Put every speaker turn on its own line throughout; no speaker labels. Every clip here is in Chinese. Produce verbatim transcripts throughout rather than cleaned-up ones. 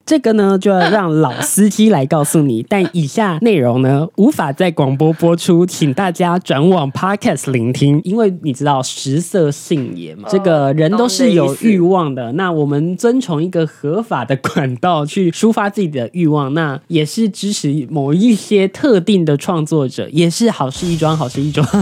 这个呢就要让老司机来告诉你，但以下内容呢无法在广播播出，请大家转往 Podcast 聆听，因为你知道食色性也嘛，这个人都是有欲望的，那我们遵从一个合法的管道去抒发自己的欲望，那也是支持某一些特定的创作者，也是好事一桩，好事一桩。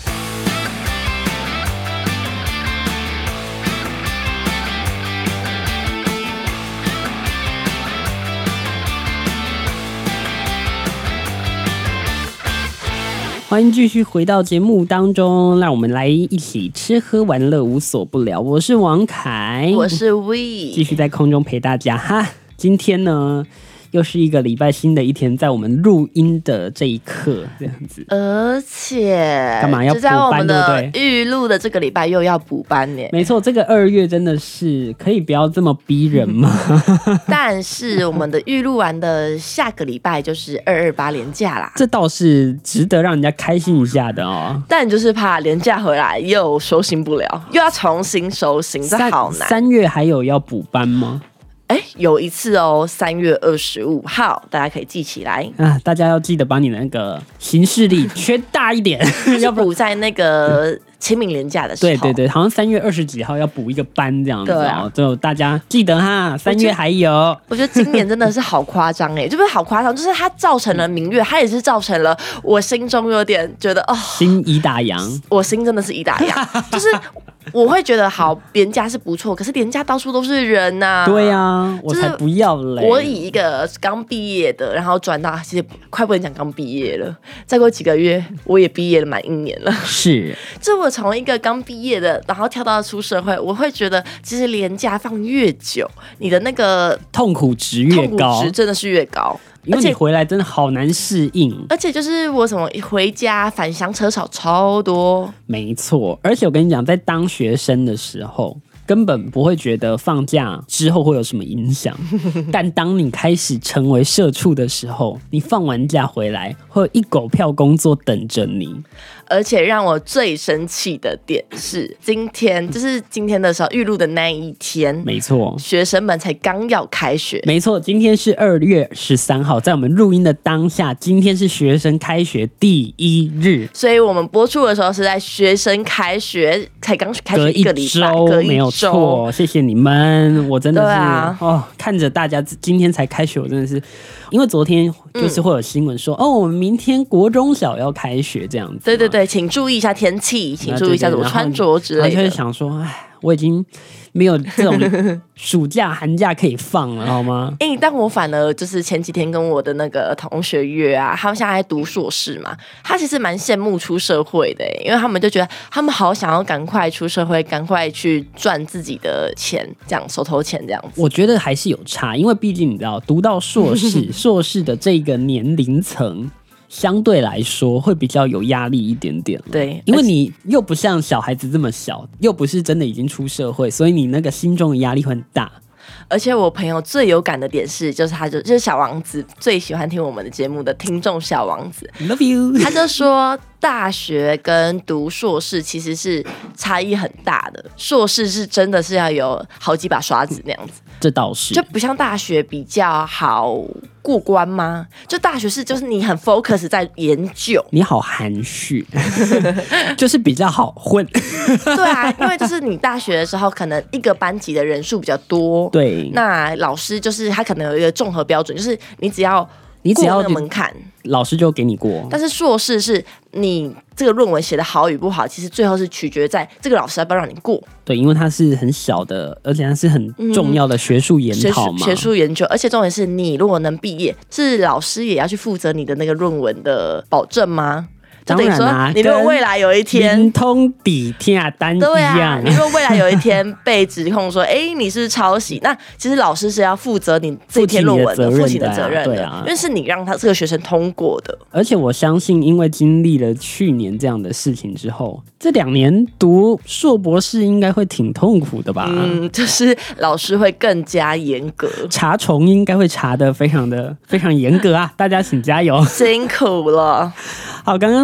欢迎继续回到节目当中，让我们来一起吃喝玩乐无所不聊。我是王凯，
我是 We，
继续在空中陪大家哈。今天呢又是一个礼拜新的一天，在我们录音的这一刻这样子，
而且
干嘛要补班？
就在我们的
对不对？
预录的这个礼拜又要补班呢。
没错，这个二月真的是可以不要这么逼人吗？
但是我们的预录完的下个礼拜就是二二八连假啦，
这倒是值得让人家开心一下的哦。
但就是怕连假回来又收心不了，又要重新收心，这好难。
三月还有要补班吗？
哎，有一次哦，三月二十五号，大家可以记起来
啊！大家要记得把你的那个行事历缺大一点，
要补在那个清明连假的时候。
对对对，好像三月二十几号要补一个班这样子哦，啊、就大家记得哈，三月还有。
我觉得今年真的是好夸张哎，就不是好夸张，就是它造成了明月，它也是造成了我心中有点觉得哦，
心已打烊，
我心真的是已打烊，就是。我会觉得好连假是不错，可是连假到处都是人呐、啊。
对啊，我才不要嘞！
我以一个刚毕业的，然后转到其实快不能讲刚毕业了，再过几个月我也毕业了满一年了。
是，
就我从一个刚毕业的，然后跳到出社会，我会觉得其实连假放越久，你的那个
痛苦值越高，
痛苦值真的是越高。
因为你回来真的好难适应，
而且就是我怎么回家返乡车少超多，
没错。而且我跟你讲，在当学生的时候，根本不会觉得放假之后会有什么影响，但当你开始成为社畜的时候，你放完假回来会有一狗票工作等着你。
而且让我最生气的点是，今天就是今天的时候预录的那一天，
没错，
学生们才刚要开学。
没错，今天是二月十三号，在我们录音的当下，今天是学生开学第一日，
所以我们播出的时候是在学生开学才刚开学一个礼拜，
隔一周没有错，谢谢你们，我真的是、
啊、
哦，看着大家今天才开学，我真的是，因为昨天就是会有新闻说、嗯、哦，我们明天国中小要开学这样子，
对对对。请注意一下天气，请注意一下怎么穿着之类的。
然后就会想说，哎，我已经没有这种暑假、寒假可以放了，好吗？
哎、欸，但我反而就是前几天跟我的那个同学约啊，他们现在在读硕士嘛，他其实蛮羡慕出社会的，因为他们就觉得他们好想要赶快出社会，赶快去赚自己的钱，这样手头钱这样子。
我觉得还是有差，因为毕竟你知道，读到硕士，硕士的这个年龄层。相对来说会比较有压力一点点，
对，
因为你又不像小孩子这么小，又不是真的已经出社会，所以你那个心中的压力会很大。
而且我朋友最有感的点是，就是他就就是小王子最喜欢听我们的节目的听众小王子
，Love you。
他就说，大学跟读硕士其实是差异很大的，硕士是真的是要有好几把刷子那样子，
这倒是，
就不像大学比较好过关吗？就大学是就是你很 focus 在研究，
你好含蓄，就是比较好混。
对啊，因为就是你大学的时候，可能一个班级的人数比较多，
对，
那老师就是他可能有一个综合标准，就是你只要
你只要
过那个门槛，
老师就给你过。
但是硕士是你这个论文写的好与不好，其实最后是取决在这个老师要不要让你过。
对，因为它是很小的，而且它是很重要的学术研讨嘛、
嗯、学术研究，而且重点是你如果能毕业，是老师也要去负责你的那个论文的保证吗？
当然啊，
你如果未来有一天
灵通底天单一样，
对啊，你如果未来有一天被指控说，哎、欸，你是抄袭，那其实老师是要负责你这篇论文的负起的责任的，
对啊，
因为是你让他这个学生通过的。
而且我相信，因为经历了去年这样的事情之后，这两年读硕博士应该会挺痛苦的吧？
嗯，就是老师会更加严格，
查重应该会查得非常的非常严格啊！大家请加油，
辛苦了。
好，刚刚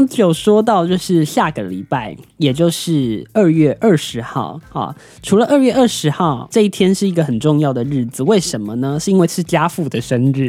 刚有说到，就是下个礼拜，也就是二月二十号啊。除了二月二十号这一天是一个很重要的日子，为什么呢？是因为是家父的生日。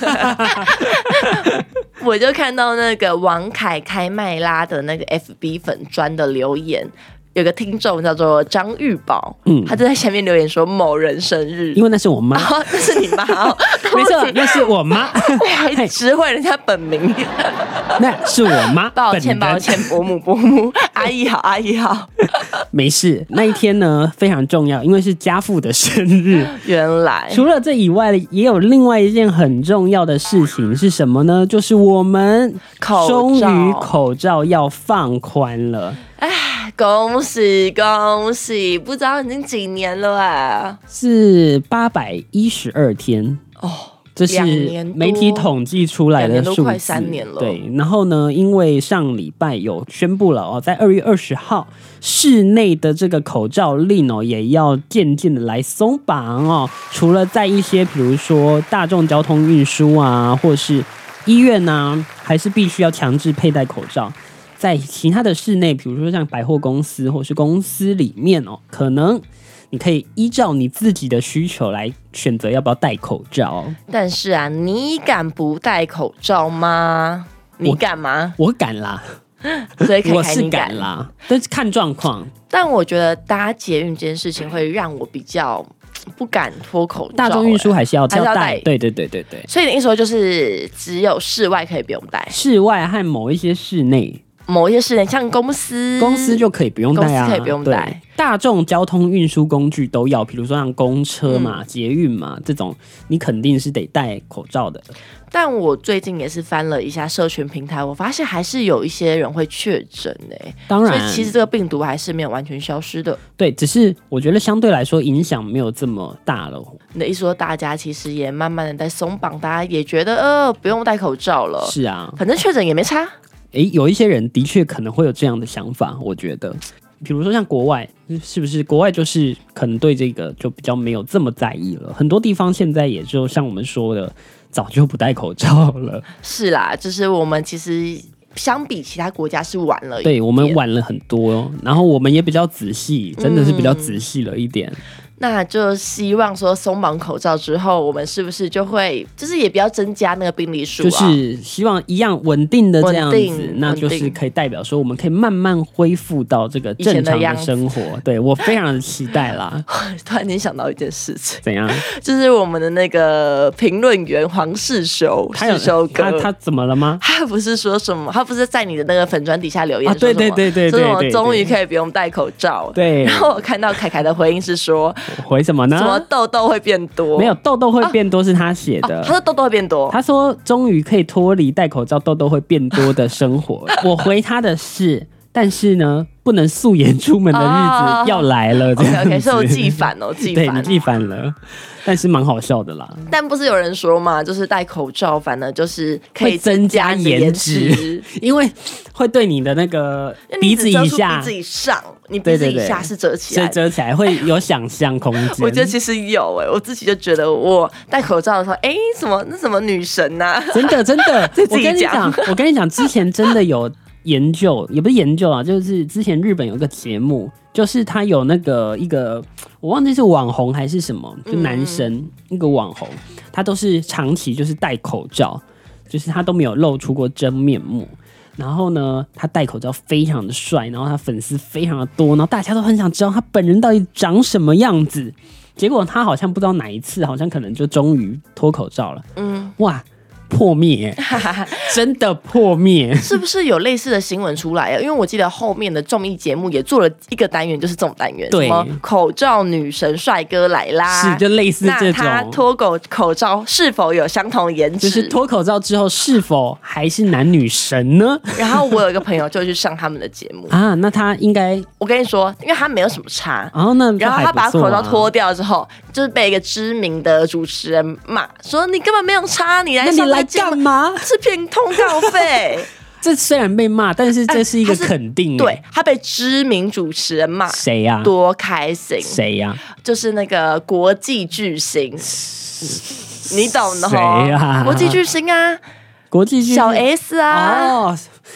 我就看到那个王凯开麦拉的那个 F B 粉专的留言。有个听众叫做张玉宝，嗯，他就在下面留言说某人生日，
因为那是我妈，
哦、那是你妈哦，
没错，那是我妈，
我还知会人家本名，
那是我妈，
抱歉抱歉，伯母伯母，阿姨好阿姨好，
没事。那一天呢非常重要，因为是家父的生日。
原来
除了这以外，也有另外一件很重要的事情是什么呢？就是我们终于口罩要放宽了。
哎，恭喜恭喜！不知道已经几年了啊？
是八百一十二天
哦，
这是媒体统计出来的数字，
都快三年了。
对，然后呢，因为上礼拜有宣布了哦，在二月二十号，室内的这个口罩令哦，也要渐渐的来松绑哦。除了在一些比如说大众交通运输啊，或是医院啊，还是必须要强制佩戴口罩。在其他的室内，比如说像百货公司或是公司里面哦，可能你可以依照你自己的需求来选择要不要戴口罩。
但是啊，你敢不戴口罩吗？你敢吗？
我, 我敢啦，
所以凯凯
我是敢啦，但是看状况。
但我觉得搭捷运这件事情会让我比较不敢脱口罩、欸。
大众运输还是要
还是要戴，
对对对对对。
所以你一说就是只有室外可以不用戴，
室外和某一些室内。
某一些事情，像公司，
公司就可以不用戴啊，
公司可以不用戴。
大众交通运输工具都要，比如说像公车嘛、嗯、捷运嘛这种，你肯定是得戴口罩的。
但我最近也是翻了一下社群平台，我发现还是有一些人会确诊诶。
当然，
所以其实这个病毒还是没有完全消失的。
对，只是我觉得相对来说影响没有这么大了。
你的意思说，大家其实也慢慢的在松绑，大家也觉得呃不用戴口罩了。
是啊，
反正确诊也没差。
诶，有一些人的确可能会有这样的想法，我觉得，比如说像国外，是不是国外就是可能对这个就比较没有这么在意了？很多地方现在也就像我们说的，早就不戴口罩了。
是啦，就是我们其实相比其他国家是晚了一点，
对我们晚了很多，然后我们也比较仔细，真的是比较仔细了一点。嗯，
那就希望说松绑口罩之后，我们是不是就会就是也不要增加那个病例数啊？就是
希望一样稳定的这样子，那就是可以代表说我们可以慢慢恢复到这个正常的生活。对，我非常的期待啦。
突然间想到一件事情，
怎样？
就是我们的那个评论员黄世修，世修哥，
他他怎么了吗？
他不是说什么？他不是在你的那个粉专底下留言，
啊，对对对对对，
说什么终于可以不用戴口罩？
对。
然后我看到凯凯的回应是说。
回什么呢？
什么痘痘会变多？
没有，痘痘会变多是他写的。
啊哦、他说痘痘会变多。
他说终于可以脱离戴口罩痘痘会变多的生活。我回他的是，但是呢，不能素颜出门的日子要来了。这样子
OK OK， 是我记反哦，记反，
对你记反了。但是蛮好笑的啦。
但不是有人说嘛，就是戴口罩，反而就是可以增加你的颜值，
因为会对你的那个鼻子以下、
鼻子以上，你鼻子以下是遮起来的，
所以遮起来会有想象空间。
我觉得其实有哎、欸，我自己就觉得我戴口罩的时候，哎、欸，什么那什么女神呐、啊，
真的真的，
我跟你讲，
我跟你讲，之前真的有研究，也不是研究啊，就是之前日本有一个节目。就是他有那个一个我忘记是网红还是什么，就男生、嗯、一个网红，他都是长期就是戴口罩，就是他都没有露出过真面目。然后呢，他戴口罩非常的帅，然后他粉丝非常的多，然后大家都很想知道他本人到底长什么样子。结果他好像不知道哪一次，好像可能就终于脱口罩了。嗯，哇！破灭，真的破灭，
是不是有类似的新闻出来啊？因为我记得后面的综艺节目也做了一个单元，就是这种单元，
对，
什么口罩女神帅哥来啦，
是就类似这种。
那他脱口口罩是否有相同颜值？
就是脱口罩之后是否还是男女神呢？
然后我有一个朋友就去上他们的节目
啊，那他应该，
我跟你说，因为他没有什么差，
哦，那
然后他把口罩脱掉之后，就是被一个知名的主持人骂，说你根本没有差，你来上来
干嘛？
是骗通告费。
这虽然被骂，但是这是一个肯定、欸。
对，他被知名主持人骂，
谁呀、啊？
多开心！
谁呀、啊？
就是那个国际巨星，你懂的
谁呀？
国际巨星啊，
国际巨星
小 S 啊。
哦，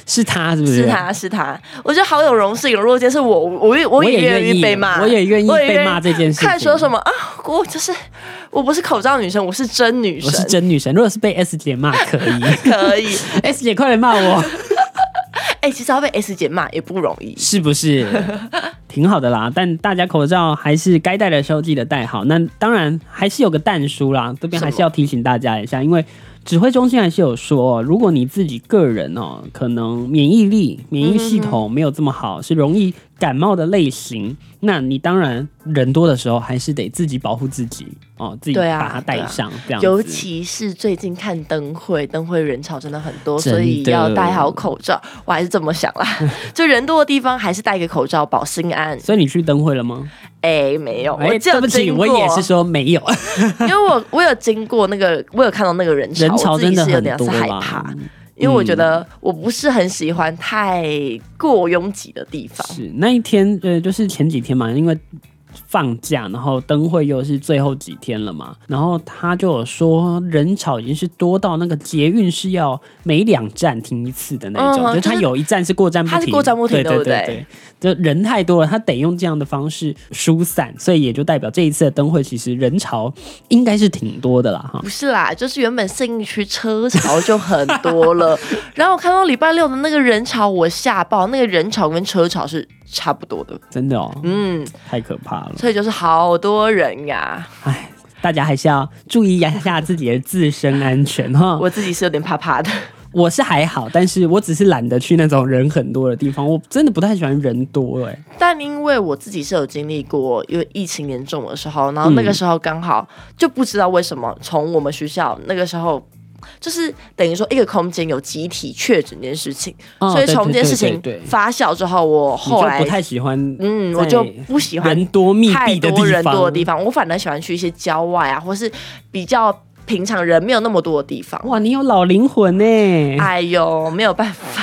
是他是不是？
是他是他，我觉得好有荣幸。如果今天是我，我也我也愿意被骂，
我也愿意被骂这件事情。
看说什么啊？我就是我不是口罩女神，我是真女神，
我是真女神。如果是被 S 姐骂，可以
可以
，S 姐快来骂我。
哎、欸，其实要被 S 姐骂也不容易，
是不是？挺好的啦，但大家口罩还是该戴的时候记得戴好。那当然还是有个但书啦，这边还是要提醒大家一下，因为指挥中心还是有说，如果你自己个人哦，可能免疫力、免疫系统没有这么好，嗯、是容易感冒的类型，那你当然人多的时候还是得自己保护自己哦，自己把它带上、啊、这样子。
尤其是最近看灯会，灯会人潮真的很多，所以要戴好口罩。我还是这么想啦，就人多的地方还是戴个口罩保心安。
所以你去灯会了吗？
哎、欸，没有，
欸、
我只有经过。
对不起，我也是说没有，
因为我我有经过那个，我有看到那个人潮，
人潮真的很多
我自己是有点害怕。因为我觉得我不是很喜欢太过拥挤的地方。
是那一天，呃，就是前几天嘛，因为放假，然后灯会又是最后几天了嘛，然后他就有说人潮已经是多到那个捷运是要每两站停一次的那种，嗯、就他有一站是过站不停，
他是过站不停，
对对对对，就人太多了，他得用这样的方式疏散，所以也就代表这一次的灯会其实人潮应该是挺多的啦哈。
不是啦，就是原本信义区车潮就很多了，然后我看到礼拜六的那个人潮，我吓爆，那个人潮跟车潮是差不多的，
真的哦，
嗯，
太可怕了，
所以就是好多人呀，
哎，大家还是要注意一下自己的自身安全哈。
我自己是有点怕怕的，
我是还好，但是我只是懒得去那种人很多的地方，我真的不太喜欢人多哎、欸。
但因为我自己是有经历过，因为疫情严重的时候，然后那个时候刚好就不知道为什么从我们学校那个时候。就是等于说一个空间有集体确诊这件事情，哦、所以从这件事情发酵之后，我后来
不太喜欢，
嗯，我就不喜欢
人多密闭的地方，太多
人多的地方，我反而喜欢去一些郊外啊，或是比较平常人没有那么多的地方。
哇，你有老灵魂呢！
哎呦，没有办法，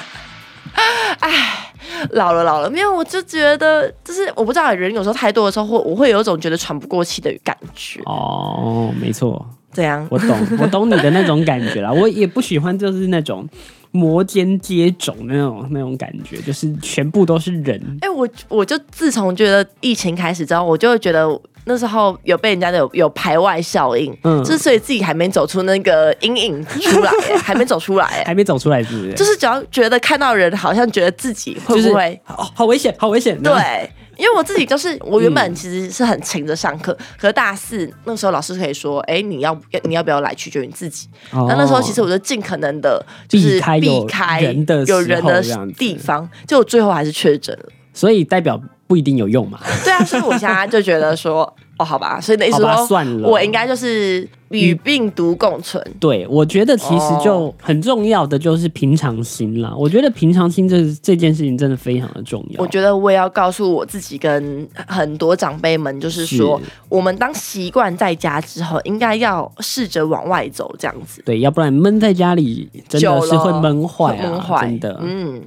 哎。老了老了，没有，我就觉得就是我不知道人有时候太多的时候，会我会有一种觉得喘不过气的感觉。
哦，没错，
这样
我懂，我懂你的那种感觉啦。我也不喜欢就是那种摩肩接踵那种那种感觉，就是全部都是人。
哎、欸，我我就自从觉得疫情开始之后，我就会觉得。那时候有被人家的 有, 有排外效应，嗯，就是所以自己还没走出那个阴影出来，还没走出来，
还没走出来，是不是？
就是只要觉得看到人，好像觉得自己会不会、
就是、好, 好危险，好危险。
对，因为我自己就是我原本其实是很勤着上课，嗯、可是大四那时候老师可以说，哎、欸，你要你要不要来取决于你自己。哦、那那时候其实我就尽可能的，就是避开
人的
有人的地方，就最后还是确诊了。
所以代表不一定有用嘛？
对啊，所以我现在就觉得说，哦，好吧，所以的意思说，
算了，
我应该就是与病毒共存。
对，我觉得其实就很重要的就是平常心啦。我觉得平常心这这件事情真的非常的重要。
我觉得我也要告诉我自己跟很多长辈们，就是说，是我们当习惯在家之后，应该要试着往外走，这样子。
对，要不然闷在家里真的是会闷坏啊，
闷坏，
真的，
嗯。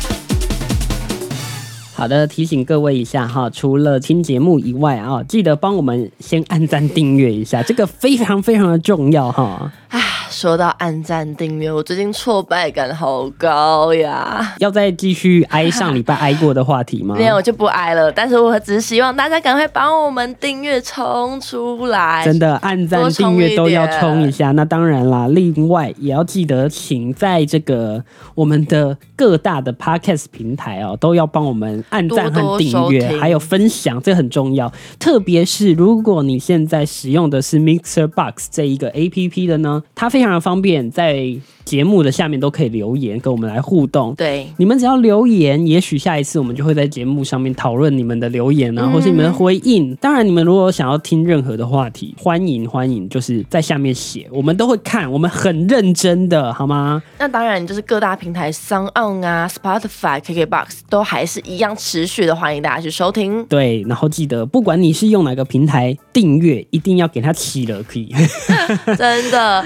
好的，提醒各位一下哈，除了听节目以外啊，记得帮我们先按赞订阅一下，这个非常非常的重要哈。
啊，说到按赞订阅，我最近挫败感好高呀！
要再继续挨上礼拜挨过的话题吗？
没有，我就不挨了。但是我只是希望大家赶快帮我们订阅冲出来，
真的按赞订阅都要冲一下。那当然啦，另外也要记得，请在这个我们的各大的 Podcast 平台哦，都要帮我们按赞和订阅，还有分享，这很重要。特别是如果你现在使用的是 Mixer Box 这一个 A P P 的呢，它非常的方便，在节目的下面都可以留言跟我们来互动。
对，
你们只要留言，也许下一次我们就会在节目上面讨论你们的留言啊，嗯、或是你们的回应。当然，你们如果想要听任何的话题，欢迎欢迎，就是在下面写，我们都会看，我们很认真的，好吗？
那当然，就是各大平台 SoundOn 啊、Spotify、K K Box 都还是一样持续的，欢迎大家去收听。
对，然后记得，不管你是用哪个平台订阅，一定要给它起了可以。
真的，而且我最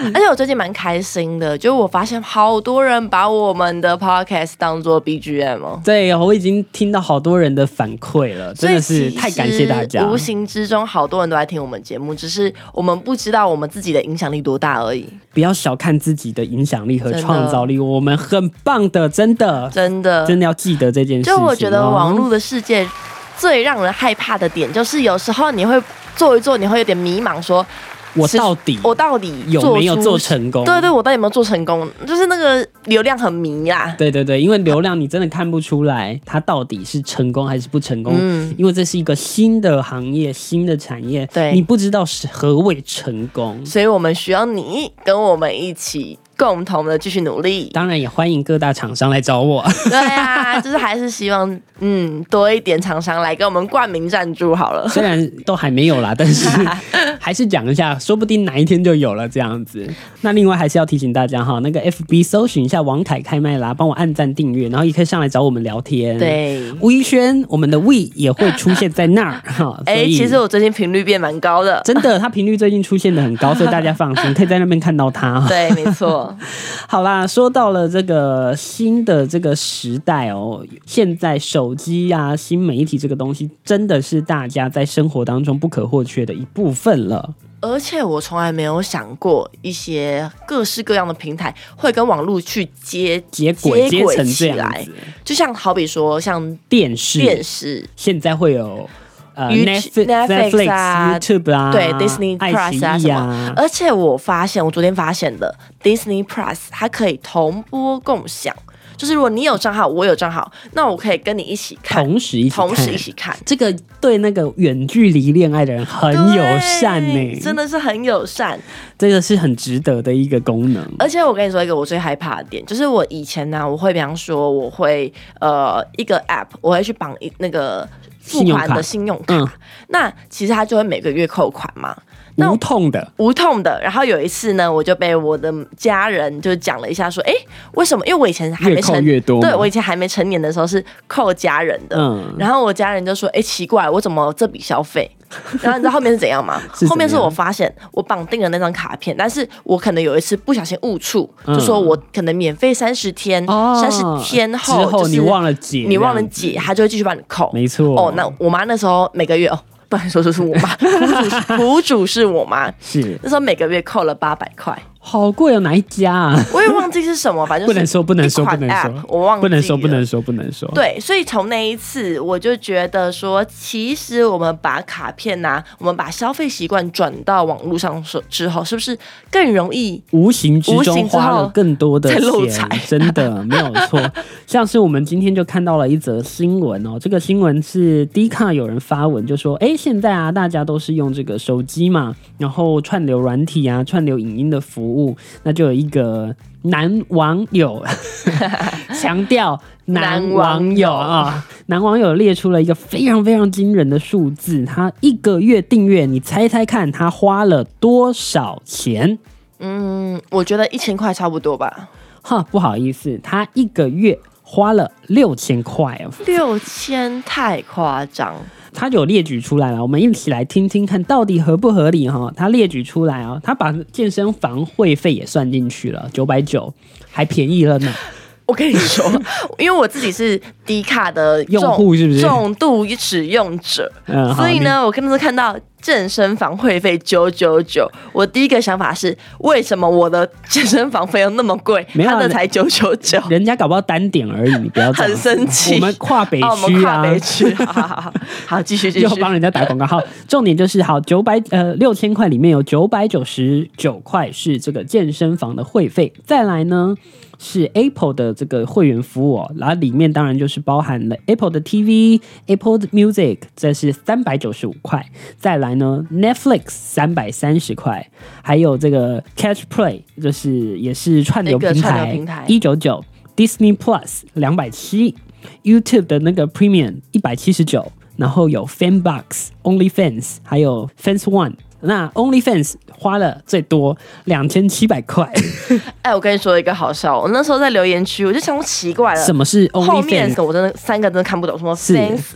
最近蛮开心的，就我发现好多人把我们的 podcast 当作 B G M 哦。
对，我已经听到好多人的反馈了，真的是太感谢大家。
无形之中，好多人都在听我们节目，只是我们不知道我们自己的影响力多大而已。
不要小看自己的影响力和创造力，我们很棒的，真的，
真的，
真的要记得这件事情。
就我觉得网络的世界最让人害怕的点，就是有时候你会做一做，你会有点迷茫，说。
我到底
我到底
有没有做成功？
对对，我到底有没有做成功？就是那个流量很迷啦。
对对对，因为流量你真的看不出来它到底是成功还是不成功，嗯，因为这是一个新的行业、新的产业，
对，
你不知道是何谓成功，
所以我们需要你跟我们一起。共同的继续努力，
当然也欢迎各大厂商来找我。
对啊，就是还是希望嗯多一点厂商来给我们冠名赞助好了。
虽然都还没有啦，但是还是讲一下，说不定哪一天就有了这样子。那另外还是要提醒大家哈，那个 F B 搜寻一下王凯开麦啦，帮我按赞订阅，然后也可以上来找我们聊天。
对，
吴一轩，我们的 We 也会出现在那儿哈。
哎、欸，其实我最近频率变蛮高的，
真的，他频率最近出现的很高，所以大家放心，可以在那边看到他。
对，没错。
好啦，说到了这个新的这个时代哦，现在手机啊、新媒体这个东西，真的是大家在生活当中不可或缺的一部分了。
而且我从来没有想过，一些各式各样的平台会跟网络去接
接轨
接轨
成
起来，就像好比说像
电视，
电视
现在会有。呃
Netflix,
Netflix
啊
YouTube 啊，
对 Disney Plus 啊什么，而且我发现，我昨天发现的 Disney Plus 它可以同播共享，就是如果你有账号，我有账号，那我可以跟你一起看，
同时一起看，
同时一起看，
这个对那个远距离恋爱的人很友善呢，
真的是很友善，
这个是很值得的一个功能。
而且我跟你说一个我最害怕的点，就是我以前呢、啊，我会比方说我会呃一个 App， 我会去绑一那个。付款的信用卡，嗯、那其实他就会每个月扣款嘛，
无痛的，
无痛的。然后有一次呢，我就被我的家人就讲了一下，说，哎，为什么？因为我以前还没成，
越扣越多，
对我以前还没成年的时候是扣家人的，嗯、然后我家人就说，哎，奇怪，我怎么这笔消费？然后你知道后面是怎样吗？后面是我发现我绑定了那张卡片，但是我可能有一次不小心误触，嗯、就说我可能免费三十天，三十、哦、天后、就是、
之后你忘了解，
你忘了解，他就会继续帮你扣。
没错。
哦，那我妈那时候每个月哦。不然说就是我妈，苦主苦主是我妈，
是
那时候每个月扣了八百块，
好贵哦，哪一家啊？
我也忘记是什么，反正
不能说，不能说，不能说，
我忘记了，
不能说，不能说，不能说。
对，所以从那一次，我就觉得说，其实我们把卡片啊，我们把消费习惯转到网络上之后，是不是更容易
无形之中花了更多的钱？真的没有错。像是我们今天就看到了一则新闻哦，这个新闻是 D 卡有人发文就说，哎，现在啊，大家都是用这个手机嘛，然后串流软体啊，串流影音的服务，那就有一个男网友强调男网友啊，男网友列出了一个非常非常惊人的数字，他一个月订阅，你猜猜看他花了多少钱？
嗯，我觉得一千块差不多吧。
哈，不好意思，他一个月花了六千块哦，
六千太夸张。
他有列举出来了，我们一起来听听看到底合不合理哈。他列举出来哦，他把健身房会费也算进去了，九百九，还便宜了呢。
我跟你说，因为我自己是D卡的
用户，是不是
重度使用者？嗯，所以呢，我那时候看到健身房会费九九九，我第一个想法是，为什么我的健身房费用那么贵？他的才九九九，
人家搞不好单点而已，你不要这样
很生气。
我们跨北区啊，
哦、我们跨北区，好好好，好，继续继续，
又帮人家打广告。好，重点就是好九百呃六千块里面有九百九十九块是这个健身房的会费，再来呢。是 Apple 的这个会员服务哦，然后里面当然就是包含了 Apple 的 T V、Apple 的 Music， 这是三百九十五块。再来呢 Netflix 三百三十块，还有这个 Catch Play， 就是也是串流平台一百九十九 ，Disney Plus 两百七十 ，YouTube 的那个 Premium 一百七十九，然后有 Fanbox、OnlyFans， 还有 Fans One。那 OnlyFans 花了最多两千七百块。
哎，我跟你说一个好笑，我那时候在留言区，我就想奇怪了，
什么是 OnlyFans？
后面我真的三个真的看不懂，什么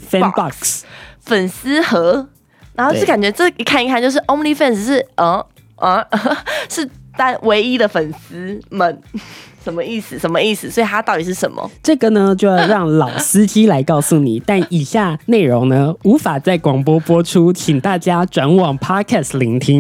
Fanbox 粉丝盒，然后就感觉这一看一看就是 OnlyFans 是呃啊，是但唯一的粉丝们。什么意思？什么意思？所以它到底是什么？
这个呢，就要让老司机来告诉你。但以下内容呢，无法在广播播出，请大家转往 Podcast 聆听。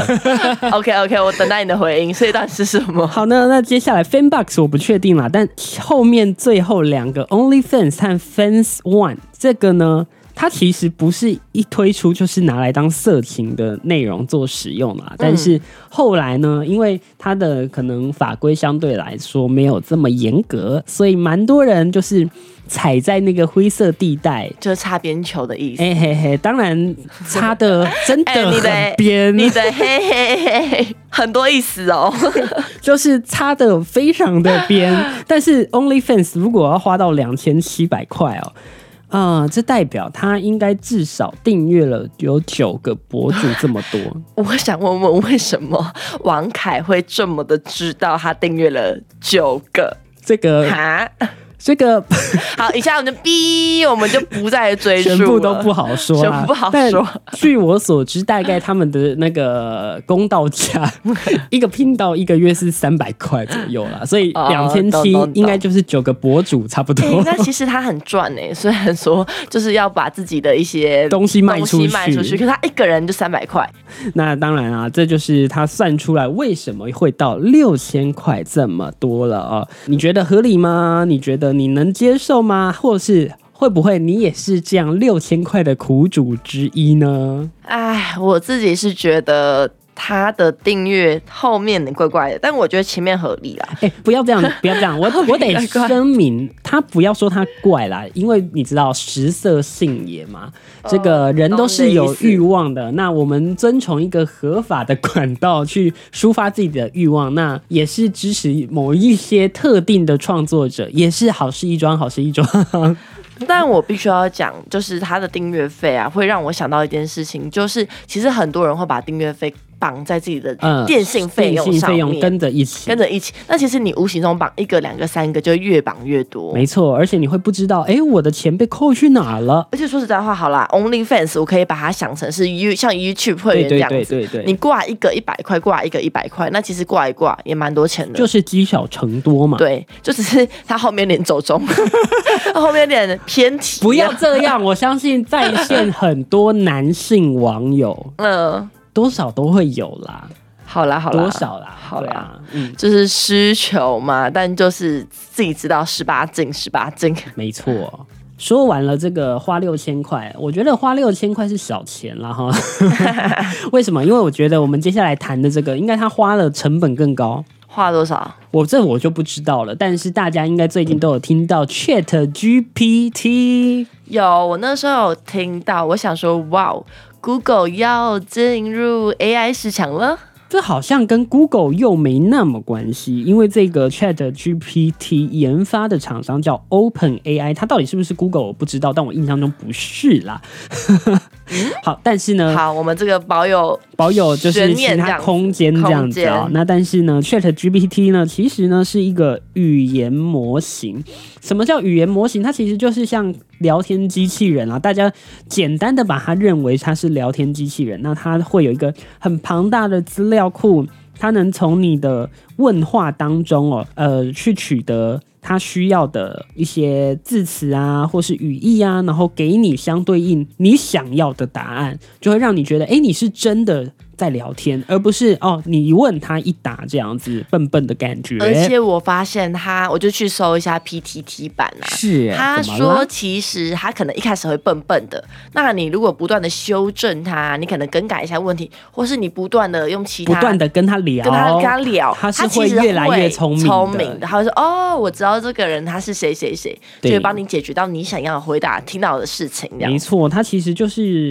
OK OK， 我等待你的回应。所以到底是什么？
好呢，那接下来 Fanbox 我不确定啦，但后面最后两个 OnlyFans 和 Fans One 这个呢，它其实不是一推出就是拿来当色情的内容做使用啦，但是后来呢，因为它的可能法规相对来说没有这么严格，所以蛮多人就是踩在那个灰色地带，
就是擦边球的意思。
哎嘿嘿，当然擦的真的很边，
欸、你的嘿嘿嘿嘿很多意思哦，
就是擦的非常的边。但是 OnlyFans 如果要花到两千七百块哦。啊、呃，这代表他应该至少订阅了有九个博主这么多。
我想问问，为什么王凯会这么的知道他订阅了九个？
这个
哈。
这个
好，以下我们就逼，我们就不再追溯了，
全部都不好说、啊，
全部不好说。
据我所知，大概他们的那个公道价，一个频道一个月是三百块左右啦，所以两千七应该就是九个博主差不多。
欸、那其实他很赚哎、欸，虽然说就是要把自己的一些
东西卖出去，
卖出去，可是他一个人就三百块。
那当然啊，这就是他算出来为什么会到六千块这么多了啊、哦？你觉得合理吗？你觉得？你能接受吗？或是会不会你也是这样六千块的苦主之一呢？
哎，我自己是觉得他的订阅后面的怪怪的，但我觉得前面合理啦。
哎、欸，不要这样，不要这样，我我得声明，他不要说他怪啦，因为你知道食色性也嘛，这个人都是有欲望的。那我们遵从一个合法的管道去抒发自己的欲望，那也是支持某一些特定的创作者，也是好事一桩，好事一桩。
但我必须要讲，就是他的订阅费啊，会让我想到一件事情，就是其实很多人会把订阅费绑在自己的电信费用上面，
电信费用跟着一起，
跟着一起。那其实你无形中绑一个、两个、三个，就越绑越多。
没错，而且你会不知道，哎、欸，我的钱被扣去哪了？
而且说实在话，好啦 ，OnlyFans 我可以把它想成是 You 像 YouTube 会员这样子，
对对对对对，
你挂一个一百块，挂一个一百块，那其实挂一挂也蛮多钱的，
就是积少成多嘛。
对，就只是他后面有点走中，后面有点偏题。
不要这样，我相信在线很多男性网友，嗯，多少都会有啦。
好啦好啦，
多少啦？
好啦，
啊、嗯，
就是需求嘛，但就是自己知道十八禁，十八禁，
没错。说完了这个花六千块，我觉得花六千块是小钱啦哈。为什么？因为我觉得我们接下来谈的这个，应该他花的成本更高。
花多少？
我这我就不知道了。但是大家应该最近都有听到 Chat G P T，
有，我那时候有听到，我想说，哇 ，Google 要进入 A I 市场了。
这好像跟 Google 又没那么关系，因为这个 Chat G P T 研发的厂商叫 OpenAI， 它到底是不是 Google 我不知道，但我印象中不是啦。好，但是呢，
好，我们这个保有
保有就是其他空间这样子哦。那但是呢 ，Chat G P T 呢，其实呢是一个语言模型。什么叫语言模型？它其实就是像聊天机器人啊，大家简单的把它认为它是聊天机器人。那它会有一个很庞大的资料库，它能从你的问话当中哦，呃，去取得它需要的一些字词啊，或是语义啊，然后给你相对应你想要的答案，就会让你觉得，哎，你是真的在聊天，而不是哦，你一问他一答这样子笨笨的感觉。
而且我发现他，我就去搜一下 P T T 版啊，
是
他说其实他可能一开始会笨笨的，那你如果不断的修正他，你可能更改一下问题，或是你不断的用其他
不断的跟他聊，
跟他跟他聊，
他是会越来越聪明的。
聪明的，他会说哦，我知道这个人他是谁谁谁，就会帮你解决到你想要回答听到的事情。
没错，他其实就是。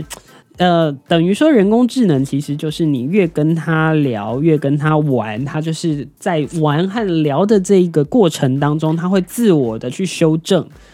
呃，等于说人工智能其实就是你越跟他聊，越跟他玩，他就是在玩和聊的这个过程当中，他会自我的去修正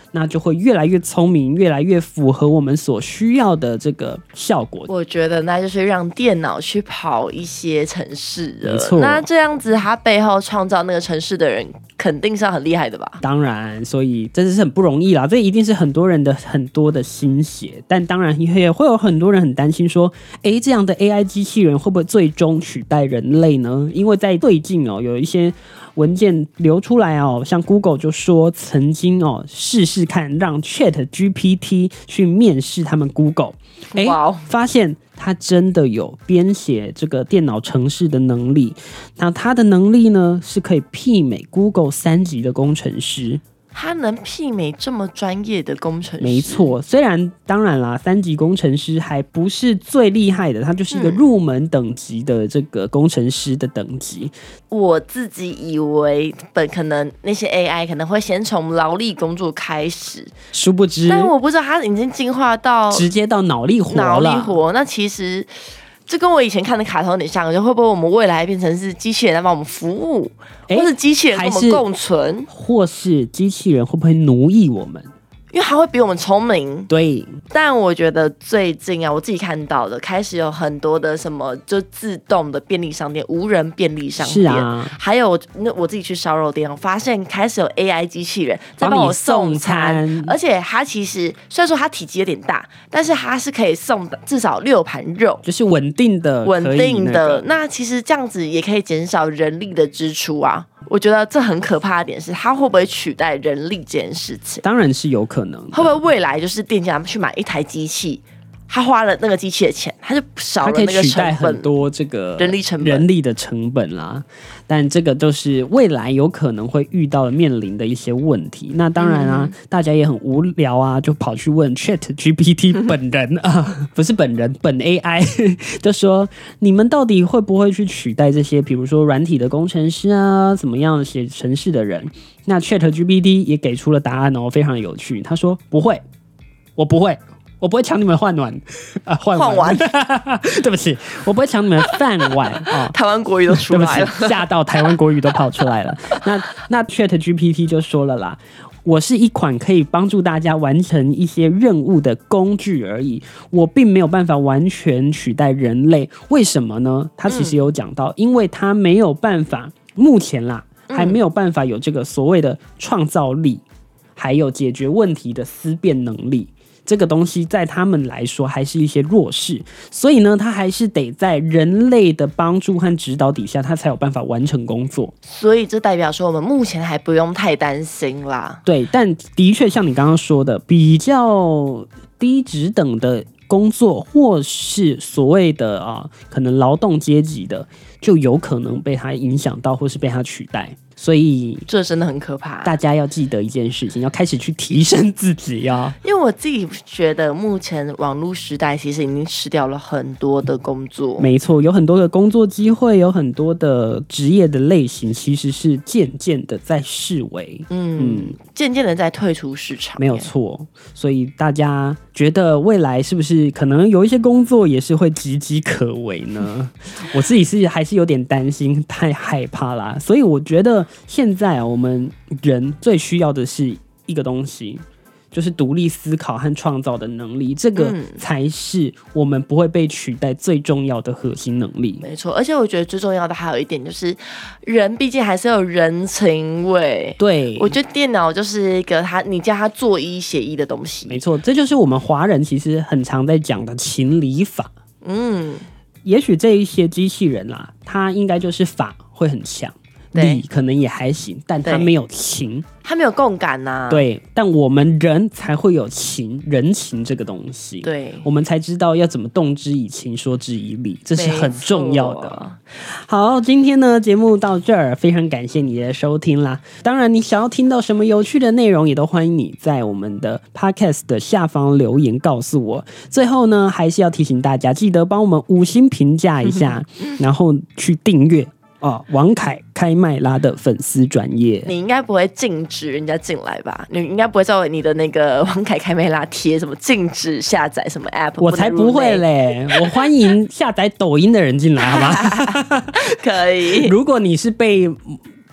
那就会越来越聪明，越来越符合我们所需要的这个效果。
我觉得那就是让电脑去跑一些程式了，
没错。
那这样子它背后创造那个程式的人肯定是很厉害的吧？
当然，所以这是很不容易啦，这一定是很多人的很多的心血。但当然也会有很多人很担心说，诶，这样的 A I 机器人会不会最终取代人类呢？因为在最近哦，有一些文件流出来哦，像 Google 就说曾经哦试试看让 Chat G P T 去面试他们 Google， 哎， wow. 发现他真的有编写这个电脑程式的能力，那他的能力呢是可以媲美 Google 三级的工程师。
他能媲美这么专业的工程师？
没错，虽然当然啦，三级工程师还不是最厉害的，他就是一个入门等级的这个工程师的等级。
嗯、我自己以为本可能那些 A I 可能会先从劳力工作开始，
殊不知，
但我不知道他已经进化到
直接到脑力活了。
脑力活，那其实。这跟我以前看的卡通有点像，就会不会我们未来变成是机器人在帮我们服务，或是机器人跟我们共存，
或是机器人会不会奴役我们？
因为它会比我们聪明。
对，
但我觉得最近啊，我自己看到的开始有很多的什么就自动的便利商店、无人便利商店，是啊，还有那我自己去烧肉店，我发现开始有 A I 机器人在帮我送餐，送餐而且它其实虽然说它体积有点大，但是它是可以送至少六盘肉，
就是稳定的、
稳定的。那其实这样子也可以减少人力的支出啊。我觉得这很可怕的点是，它会不会取代人力这件事情？
当然是有可能的。
会不会未来就是店家去买一台机器，他花了那个机器的钱，他就少了那个成本，
它可以取代很多这个
人力成本、
人力的成本啦。但这个都是未来有可能会遇到的、面临的一些问题。那当然啊，嗯、大家也很无聊啊，就跑去问 Chat G P T 本人啊，不是本人，本 A I， 就说你们到底会不会去取代这些，比如说软体的工程师啊，怎么样写程式的人？那 Chat G P T 也给出了答案哦，非常有趣。他说不会，我不会。我不会抢你们饭碗啊，饭碗，对不起，我不会抢你们饭碗啊。
台湾国语都出来了，
吓到台湾国语都跑出来了。那那 Chat G P T 就说了啦，我是一款可以帮助大家完成一些任务的工具而已，我并没有办法完全取代人类。为什么呢？他其实有讲到，嗯、因为他没有办法，目前啦还没有办法有这个所谓的创造力，还有解决问题的思辨能力。这个东西在他们来说还是一些弱势，所以呢，他还是得在人类的帮助和指导底下，他才有办法完成工作。
所以这代表说，我们目前还不用太担心啦。
对，但的确像你刚刚说的，比较低职等的工作，或是所谓的啊，可能劳动阶级的，就有可能被他影响到，或是被他取代。所以
这真的很可怕，
大家要记得一件事情，要开始去提升自己呀。
因为我自己觉得，目前网络时代其实已经吃掉了很多的工作。
没错，有很多的工作机会，有很多的职业的类型，其实是渐渐的在式微，
嗯，渐渐的在退出市场。
没有错，所以大家觉得未来是不是可能有一些工作也是会岌岌可危呢？我自己是还是有点担心，太害怕啦。所以我觉得。现在啊，我们人最需要的是一个东西，就是独立思考和创造的能力，这个才是我们不会被取代最重要的核心能力。
没错，而且我觉得最重要的还有一点就是，人毕竟还是有人情味。
对，
我觉得电脑就是一个他，你叫他做一写一的东西。
没错，这就是我们华人其实很常在讲的情理法。嗯，也许这一些机器人啦，它应该就是法会很强。理可能也还行，但他没有情，
他没有共感呐、啊。
对，但我们人才会有情，人情这个东西。
对，
我们才知道要怎么动之以情，说之以理，这是很重要的。好，今天呢节目到这儿，非常感谢你的收听啦。当然，你想要听到什么有趣的内容，也都欢迎你在我们的 Podcast 的下方留言告诉我。最后呢，还是要提醒大家，记得帮我们五星评价一下，然后去订阅。哦，王凯开麦拉的粉丝专页，
你应该不会禁止人家进来吧？你应该不会在你的那个王凯开麦拉贴什么禁止下载什么 app？
我才不会嘞！我欢迎下载抖音的人进来，好吗？
可以。
如果你是被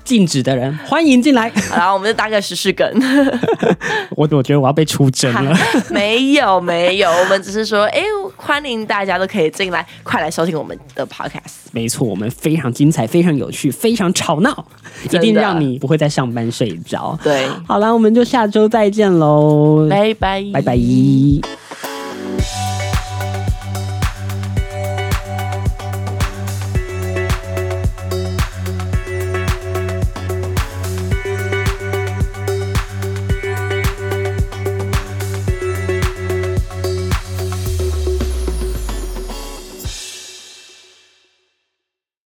禁止的人欢迎进来。
然后我们就搭个时事梗。
我我觉得我要被出征了。
没有没有，我们只是说，哎，欢迎大家都可以进来，快来收听我们的 podcast。
没错，我们非常精彩，非常有趣，非常吵闹，一定让你不会在上班睡着。
对，
好啦，我们就下周再见喽，
拜拜，
拜拜。